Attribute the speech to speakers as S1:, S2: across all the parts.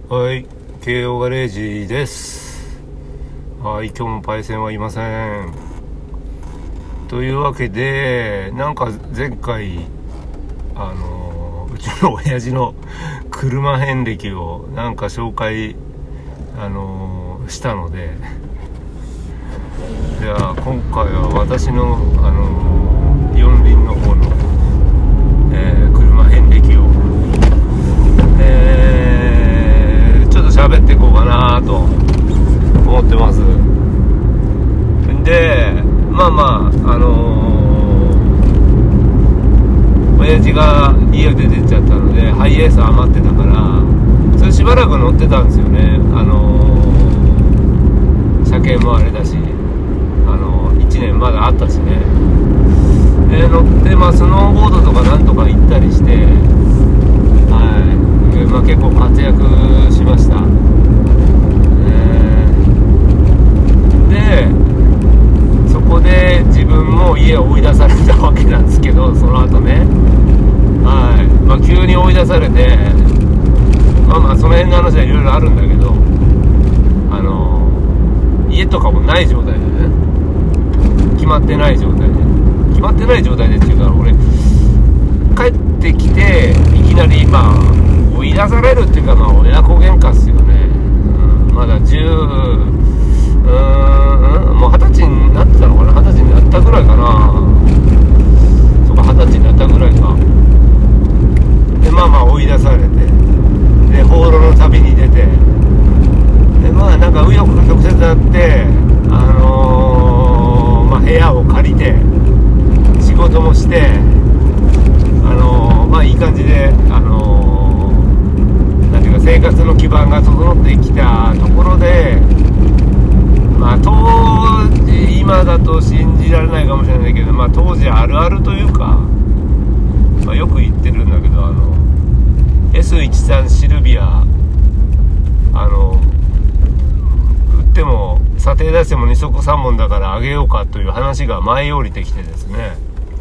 S1: はい、慶応ガレージです。はい、今日もパイセンはいません。というわけで、なんか前回うちの親父の車遍歴をなんか紹介したので、じゃあ今回は私の四輪の方の、車遍歴をちょっと喋っていこうかなと思ってます。で、親父が家を出てっちゃったのでハイエース余ってたから、それしばらく乗ってたんですよね。車検もあれだし、1年まだあったしね。で乗って、スノーボードとかなんとか行ったりして、結構活躍しました。でそこで自分も家を追い出されたわけなんですけど、その後ね、急に追い出されて、その辺の話はいろいろあるんだけど、家とかもない状態でね、決まってない状態でっていうか、俺帰ってきていきなり追い出されるっていうか、親子喧嘩っすよね。まだもう20歳になってたのかな、20歳になったぐらいかな。そうか、20歳になったぐらいか。で追い出されて、で放浪の旅に出て、でなんか紆余曲折あって、部屋を借りて仕事もして、いい感じでなんていうか生活の基盤が整ってきたところで、当時、今だと信じられないかもしれないけど、当時あるあるというか、よく言ってるんだけど、S13 シルビア売っても査定出しても2足3本だからあげようかという話が舞い降りてきてですね、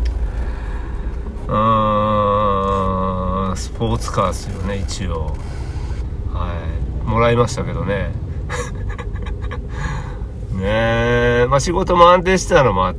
S1: スポーツカーですよね、一応。もらいましたけどねねえ、仕事も安定してたのもあって、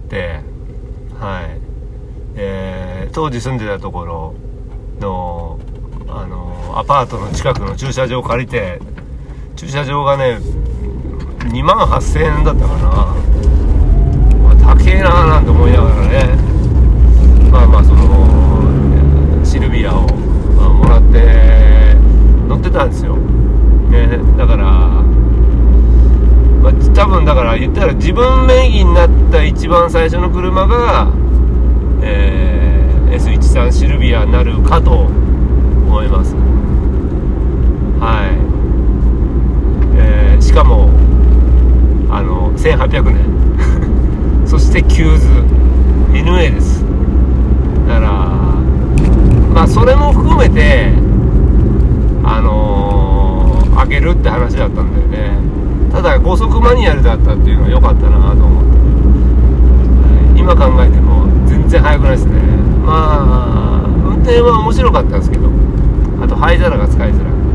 S1: 当時住んでたところのアパートの近くの駐車場を借りて、駐車場がね28,000円だったかな。高えなーなんて思いながらね、そのシルビアをもらって乗ってたんですよ、ね。だから多分だから言ったら自分名義になった一番最初の車が、S13 シルビアになるかと思います。しかも1800年そしてキューズ NA です。だからそれも含めてあげるって話だったんだよね。ただ5速マニュアルだったっていうのは良かったなと思って、今考えても全然速くないですね。運転は面白かったんですけど、あと灰皿が使いづらい、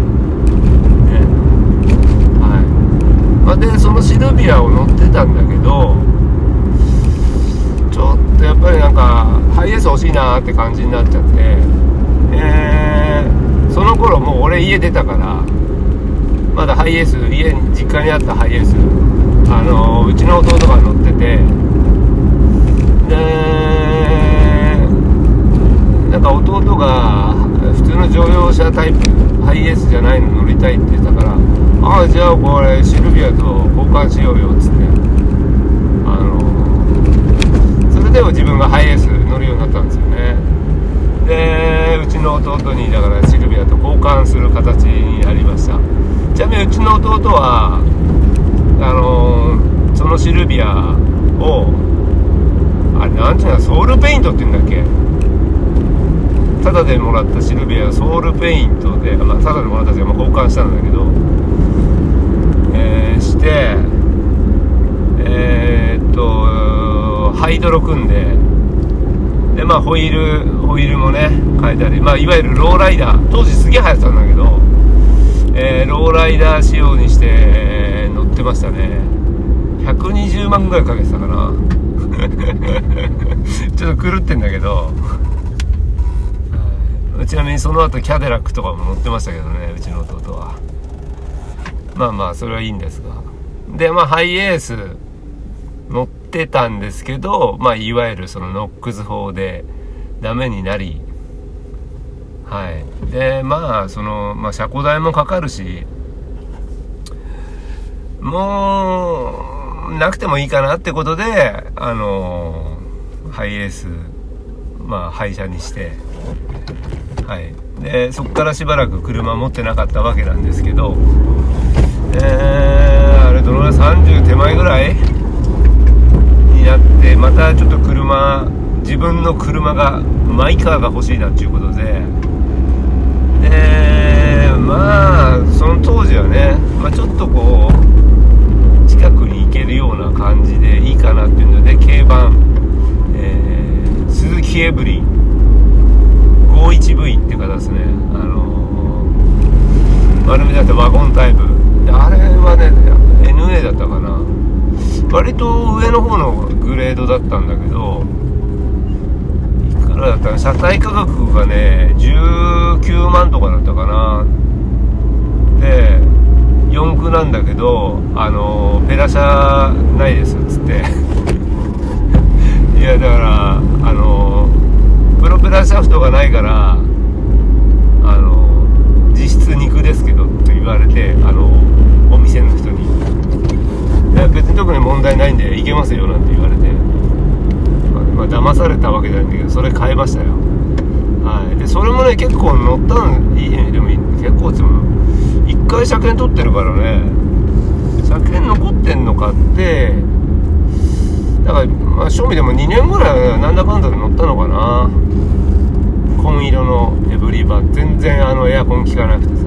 S1: でそのシルビアを乗ってたんだけど、ちょっとやっぱりなんかハイエース欲しいなって感じになっちゃって、その頃もう俺家出たから、まだハイエース、実家にあったハイエース、うちの弟が乗ってて、でなんか弟が普通の乗用車タイプハイエースじゃないの乗りたいって言ったから、じゃあこれシルビアと交換しようよっつって、それでも自分がハイエース乗るようになったんですよね。でうちの弟にだからシルビアと交換する形になりました。ちなみにうちの弟はそのシルビアをなんていうの、ソウルペイントって言うんだっけ、タダでもらったシルビアソウルペイントで、タダでもらったし交換したんだけど、してハイドロ組んで、ホイールもね変えたり、いわゆるローライダー、当時すげえ流行ってたんだけど、ローライダー仕様にして乗ってましたね。120万ぐらいかけてたかなちょっと狂ってんだけど、ちなみにその後キャデラックとかも乗ってましたけどね、うちの弟は。まあまあそれはいいんですが、でまあハイエース乗ってたんですけど、まあいわゆるそのノックス法でダメになり、はい、でまあその、まあ、車庫代もかかるし、もうなくてもいいかなってことでハイエースまあ廃車にして、はい、でそこからしばらく車持ってなかったわけなんですけど、あれどのぐらい30手前ぐらいになって、またちょっと自分の車がマイカーが欲しいなっていうことで、まあその当時はね、まあ、ちょっとこう近くに行けるような感じでいいかなっていうので、軽バン、鈴木エブリ 51V っていう方ですね、丸めだったワゴンタイプで、あれはね NA だったかな、割と上の方のグレードだったんだけど、いくらだったか、車体価格がね19万とかだったかな。で4駆なんだけどペラ車ないですっつっていやだからプロペラシャフトがないから実質肉ですけどって言われて、お店の人に、いや別に特に問題ないんでいけますよなんて言われて、まあ騙されたわけじゃないんだけど、それ買いましたよ。はい、でそれもね結構乗ったんいいね。でも結構つも1回車検取ってるからね、車検残ってんのかって、だからまあ賞味でも2年ぐらいなんだかんだで乗ったのかな。紺色のエブリバー、全然エアコン効かなくてさ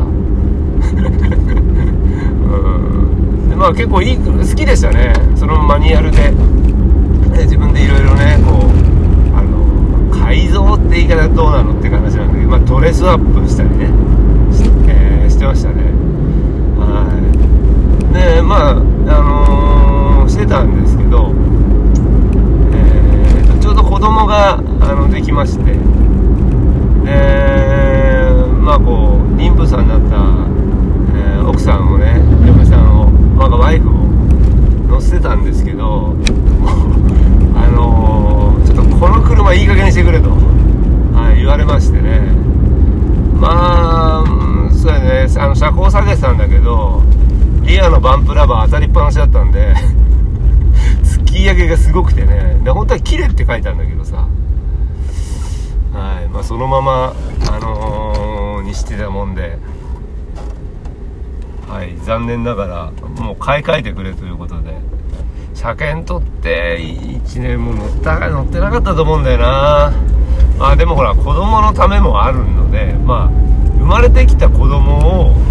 S1: でまあ結構好きでしたね、そのマニュアルで、自分でいろいろねこう改造って言い方どうなのって話なんだけど、まあ、ドレスアップしたりねしてましたね。はいでまあしてたんですけど、ちょうど子供ができまして、まあこう妊婦さんになった、奥さんをね、嫁さんを、我がワイフを乗せてたんですけどちょっとこの車いい加減にしてくれと、言われましてね。まあそうやね、車高下げてたんだけど、リアのバンプラバー当たりっぱなしだったんで突き上げがすごくてね、で本当は綺麗って書いたんだけどさ、はい、まあそのままにしてたもんで、はい、残念ながらもう買い替えてくれということで、車検取って1年も乗ってなかったと思うんだよな。まあでもほら子供のためもあるので、まあ生まれてきた子供を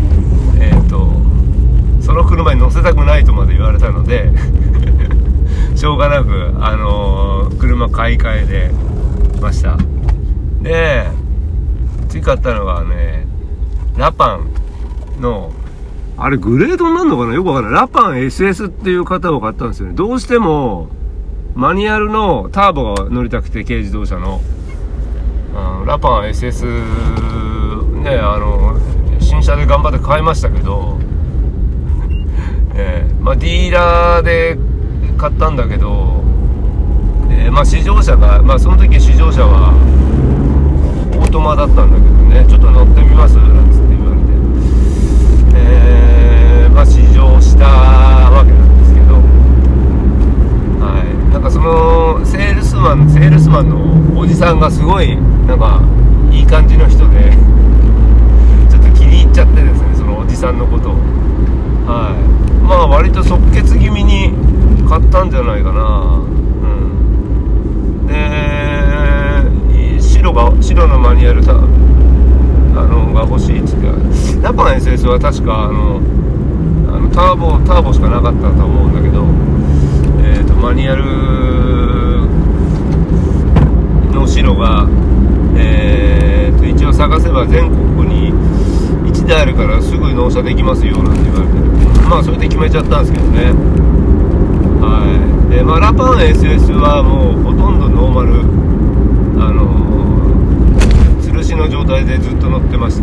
S1: その車に乗せたくないとまで言われたのでしょうがなく車買い替えでました。で次買ったのがね、ラパンのあれグレードになるのかな、よくわからない。ラパン SS っていう型を買ったんですよね。どうしてもマニュアルのターボが乗りたくて、軽自動車の、ラパン SS ね、新車で頑張って買いましたけど、まあディーラーで買ったんだけど、まあ試乗車が、まあその時試乗車はオートマだったんだけどね、ちょっと乗ってみますなんつって言われて、まあ試乗したわけなんですけど、はい、なんかそのセールスマンのおじさんがすごいなんかいい感じの人でちょっと気に入っちゃってですね、そのおじさんのことを、はい、まあ割と即決気味に買ったんじゃないかな。で白のマニュアルが欲しいって言って、ラパン SS は確かターボしかなかったと思うんだけど、マニュアルの白が、一応探せば全国に 1であるからすぐ納車できますよなんて言われて、まあそれで決めちゃったんですけどね。はい。でまあラパン SS はもうほとんどノーマル吊るしの状態でずっと乗ってました。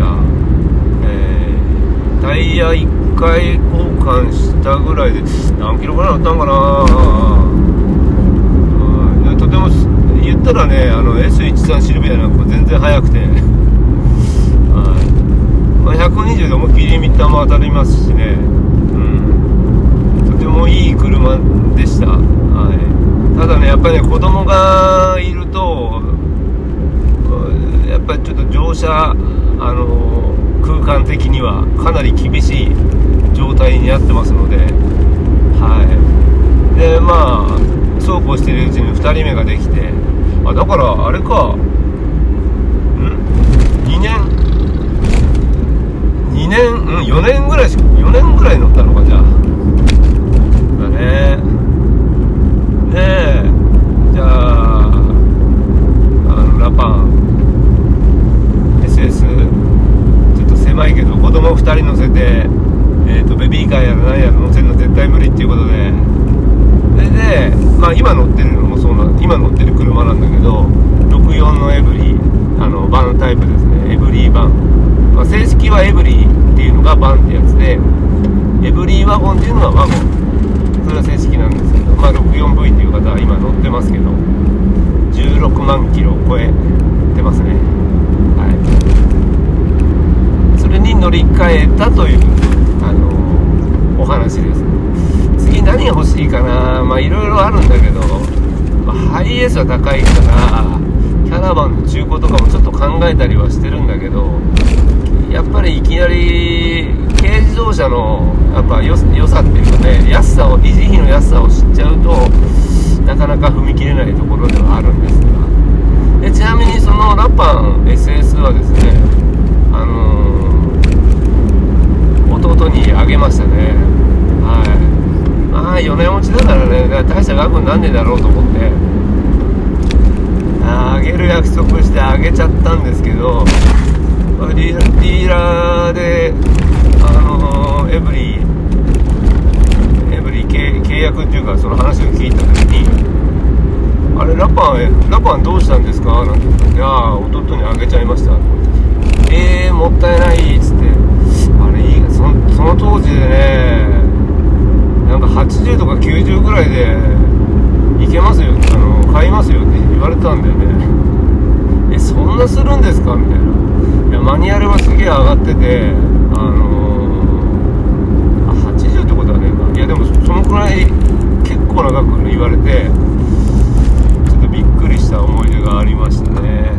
S1: タイヤ1回交換したぐらいで何キロぐらい乗ったんかな。とても言ったらねS13 シルビアなんか全然速くて、まあ、120で思いっきりリミッターも当たりますしね、とてもいい車でした。ただねやっぱりね子供がいるとやっぱりちょっと乗車空間的にはかなり厳しい状態になってますので、でまあそうこうしているうちに2人目ができて、だからあれか4年ぐらい乗ったのか、じゃあだね。でじゃあラパン SS ちょっと狭いけど子供2人乗せて、ベビーカーやら何やら乗せるの絶対無理っていうことで、それで、まあ、今乗ってる車なんだけど64のエブリーバンタイプですね。エブリーバン、まあ、正式はエブリーっていうのがバンってやつで、エブリーワゴンっていうのはワゴン、それは正式なんですけど、まあ、64V っていう方は今乗ってますけど16万キロ超えてますね。それに乗り換えたというお話です。次何が欲しいかな。まあいろいろあるんだけど、ハイエースは高いからキャラバンの中古とかもちょっと考えたりはしてるんだけど、やっぱりいきなり軽自動車のやっぱ良さっていうかね、維持費の安さを知っちゃうとなかなか踏み切れないところではあるんですが、ちなみにそのラパン SS はですね弟にあげましたね。まあ4年落ちだからね、大した額になんねえだろうと思ってあげる約束してあげちゃったんですけど、ディーラーでエブリ契約っていうかその話を聞いた時に、あれラパンどうしたんですかなんて言って、いや弟にあげちゃいましたって。もったいないっつって、その当時でねなんか80とか90ぐらいでいけますよ、買いますよって言われたんだよね。そんなするんですかみたいな。いやマニュアルはすげえ上がってて80ってことはねえか。いやでもそのくらい結構な額言われてちょっとびっくりした思い出がありましたね。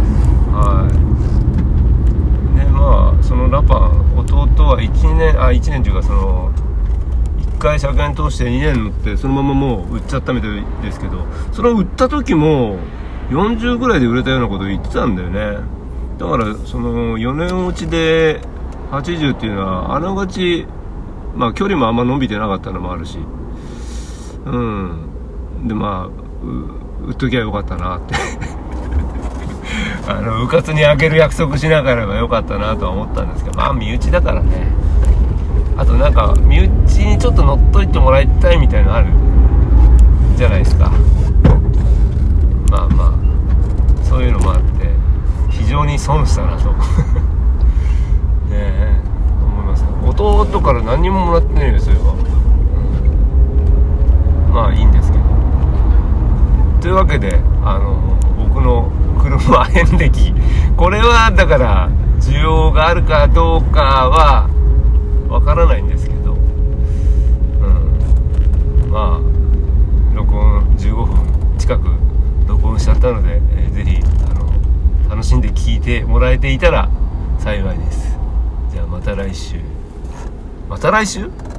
S1: でまあそのラパン弟は1年というかその1回車検通して2年乗ってそのままもう売っちゃったみたいですけど、それを売った時も40ぐらいで売れたようなことを言ってたんだよね。だからその4年落ちで80っていうのはあながちまあ距離もあんま伸びてなかったのもあるし、でまあ売っときゃよかったなってうかつにあげる約束しながらばよかったなとは思ったんですけど、まあ身内だからね。あとなんか身内にちょっと乗っといてもらいたいみたいなのあるじゃないですか。まあまあそういうのもあって非常に損したなとねえ思います。弟から何にももらってないですよ。まあいいんですけど。というわけで僕の車遍歴、これはだから需要があるかどうかはわからないんですけど、まあ録音15分近く録音しちゃったので、ぜひ楽しんで聞いてもらえていたら幸いです。じゃあまた来週。